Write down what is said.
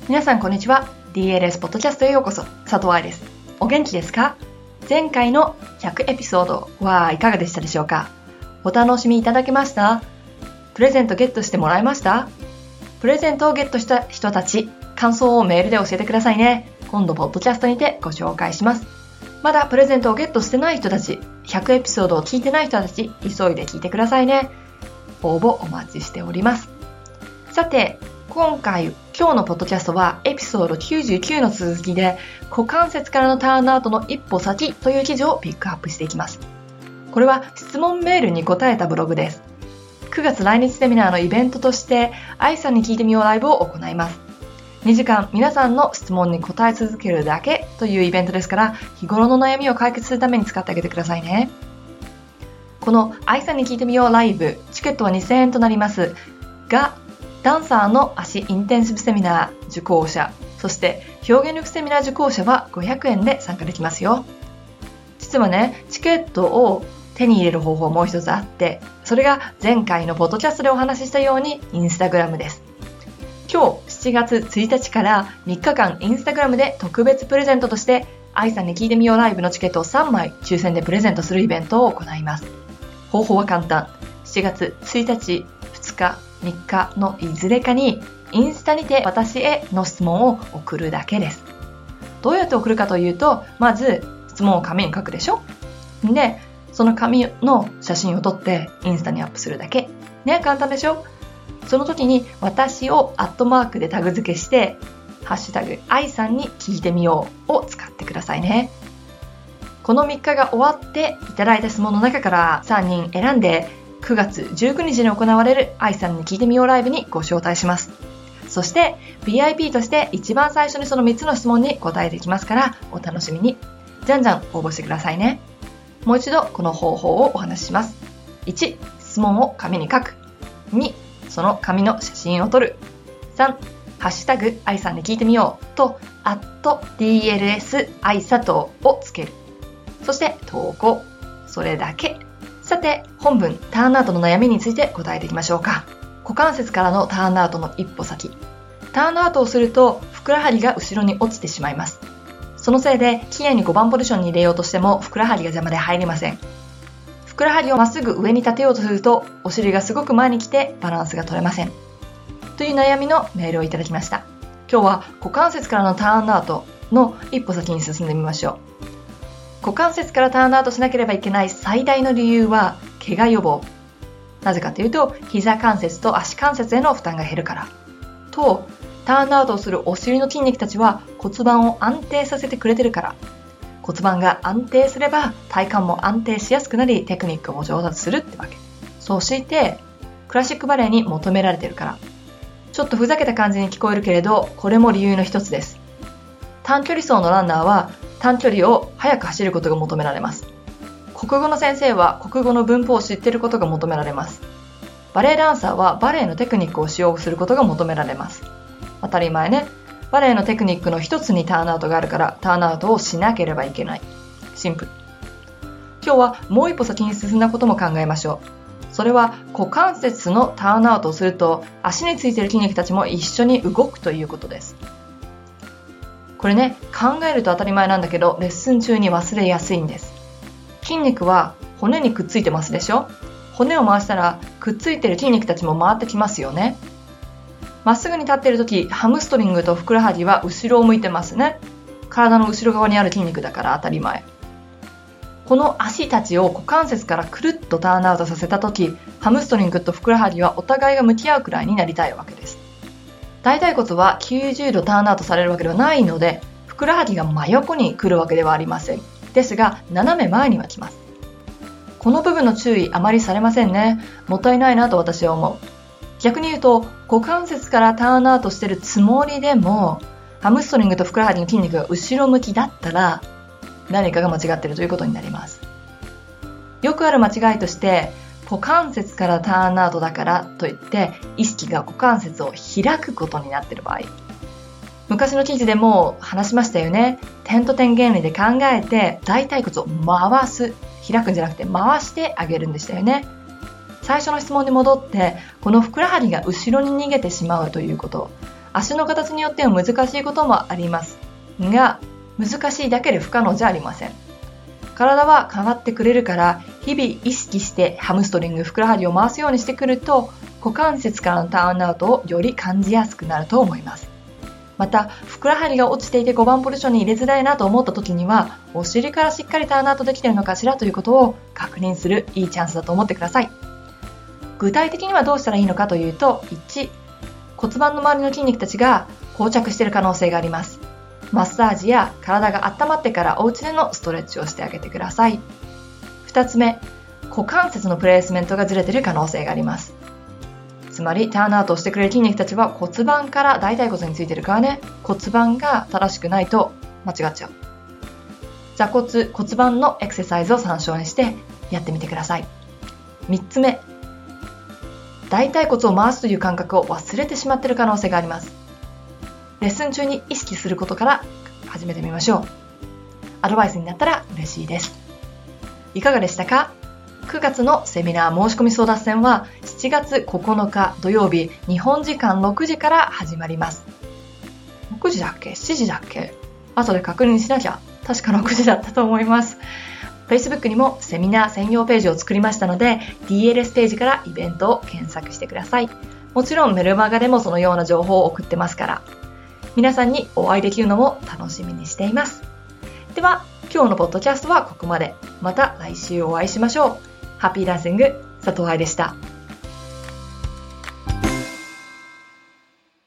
皆さんこんにちは。 DLS ポッドキャストへようこそ。佐藤愛です。お元気ですか？前回の100エピソードはいかがでしたでしょうか？お楽しみいただけました？プレゼントゲットしてもらいました？プレゼントをゲットした人たち、感想をメールで教えてくださいね。今度ポッドキャストにてご紹介します。まだプレゼントをゲットしてない人たち、100エピソードを聞いてない人たち、急いで聞いてくださいね。応募お待ちしております。さて、今日のポッドキャストはエピソード99の続きで、股関節からのターンアウトの一歩先という記事をピックアップしていきます。これは質問メールに答えたブログです。9月来日セミナーのイベントとして、愛さんに聞いてみようライブを行います。2時間皆さんの質問に答え続けるだけというイベントですから、日頃の悩みを解決するために使ってあげてくださいね。この愛さんに聞いてみようライブ、チケットは2000円となりますが、ダンサーの足インテンシブセミナー受講者、そして表現力セミナー受講者は500円で参加できますよ。実はね、チケットを手に入れる方法もう一つあって、それが前回のポッドキャストでお話ししたようにインスタグラムです。今日7月1日から3日間インスタグラムで特別プレゼントとして、愛さんに聞いてみようライブのチケットを3枚抽選でプレゼントするイベントを行います。方法は簡単。7月1日、2日、3日のいずれかにインスタにて私への質問を送るだけです。どうやって送るかというと、まず質問を紙に書くでしょ。で、その紙の写真を撮ってインスタにアップするだけ。ね、簡単でしょ。その時に私をアットマークでタグ付けして、ハッシュタグ愛さんに聞いてみようを使ってくださいね。この3日が終わっていただいた質問の中から3人選んで、9月19日に行われる愛さんに聞いてみようライブにご招待します。そして VIP として一番最初にその3つの質問に答えていきますから、お楽しみに。じゃんじゃん応募してくださいね。もう一度この方法をお話しします。1、質問を紙に書く。2、その紙の写真を撮る。3、ハッシュタグ愛さんに聞いてみようと@DLS 愛さとをつける。そして投稿。それだけ。さて、本文ターンアウトの悩みについて答えていきましょうか。股関節からのターンアウトの一歩先。ターンアウトをするとふくらはぎが後ろに落ちてしまいます。そのせいできれいに5番ポジションに入れようとしてもふくらはぎが邪魔で入りません。ふくらはぎをまっすぐ上に立てようとするとお尻がすごく前に来てバランスが取れません。という悩みのメールをいただきました。今日は股関節からのターンアウトの一歩先に進んでみましょう。股関節からターンアウトしなければいけない最大の理由は怪我予防。なぜかというと、膝関節と足関節への負担が減るからと、ターンアウトをするお尻の筋肉たちは骨盤を安定させてくれてるから。骨盤が安定すれば体幹も安定しやすくなり、テクニックも上達するってわけ。そしてクラシックバレエに求められてるから。ちょっとふざけた感じに聞こえるけれど、これも理由の一つです。短距離走のランナーは短距離を速く走ることが求められます。国語の先生は国語の文法を知っていることが求められます。バレエダンサーはバレエのテクニックを使用することが求められます。当たり前ね。バレエのテクニックの一つにターンアウトがあるから、ターンアウトをしなければいけない。シンプル。今日はもう一歩先に進んだことも考えましょう。それは股関節のターンアウトをすると、足についている筋肉たちも一緒に動くということです。これね、考えると当たり前なんだけど、レッスン中に忘れやすいんです。筋肉は骨にくっついてますでしょ。骨を回したらくっついてる筋肉たちも回ってきますよね。まっすぐに立っているとき、ハムストリングとふくらはぎは後ろを向いてますね。体の後ろ側にある筋肉だから当たり前。この足たちを股関節からくるっとターンアウトさせたとき、ハムストリングとふくらはぎはお互いが向き合うくらいになりたいわけです。大腿骨は90度ターンアウトされるわけではないので、ふくらはぎが真横に来るわけではありません。ですが、斜め前には来ます。この部分の注意あまりされませんね。もったいないなと私は思う。逆に言うと、股関節からターンアウトしてるつもりでも、ハムストリングとふくらはぎの筋肉が後ろ向きだったら、何かが間違っているということになります。よくある間違いとして、股関節からターンアウトだからといって意識が股関節を開くことになっている場合、昔の記事でも話しましたよね。点と点原理で考えて大腿骨を回す、開くんじゃなくて回してあげるんでしたよね。最初の質問に戻って、このふくらはぎが後ろに逃げてしまうということ、 足の形によっては難しいこともありますが、難しいだけで不可能じゃありません。体は変わってくれるから、日々意識してハムストリング、ふくらはぎを回すようにしてくると、股関節からのターンアウトをより感じやすくなると思います。また、ふくらはぎが落ちていて5番ポジションに入れづらいなと思った時には、お尻からしっかりターンアウトできているのかしらということを確認するいいチャンスだと思ってください。具体的にはどうしたらいいのかというと、1、骨盤の周りの筋肉たちが膠着している可能性があります。マッサージや体が温まってからお家でのストレッチをしてあげてください。2つ目、股関節のプレースメントがずれている可能性があります。つまりターンアウトをしてくれる筋肉たちは骨盤から大腿骨についているからね、骨盤が正しくないと間違っちゃう。座骨、骨盤のエクササイズを参照にしてやってみてください。3つ目、大腿骨を回すという感覚を忘れてしまっている可能性があります。レッスン中に意識することから始めてみましょう。アドバイスになったら嬉しいです。いかがでしたか？9月のセミナー申し込み争奪戦は7月9日土曜日、日本時間6時から始まります。6時だっけ ?7 時だっけ？後で確認しなきゃ。確か6時だったと思います。Facebook にもセミナー専用ページを作りましたので、DLS ページからイベントを検索してください。もちろんメルマガでもそのような情報を送ってますから。皆さんにお会いできるのも楽しみにしています。では、今日のポッドキャストはここまで。また来週お会いしましょう。ハッピーダンシング、佐藤愛でした。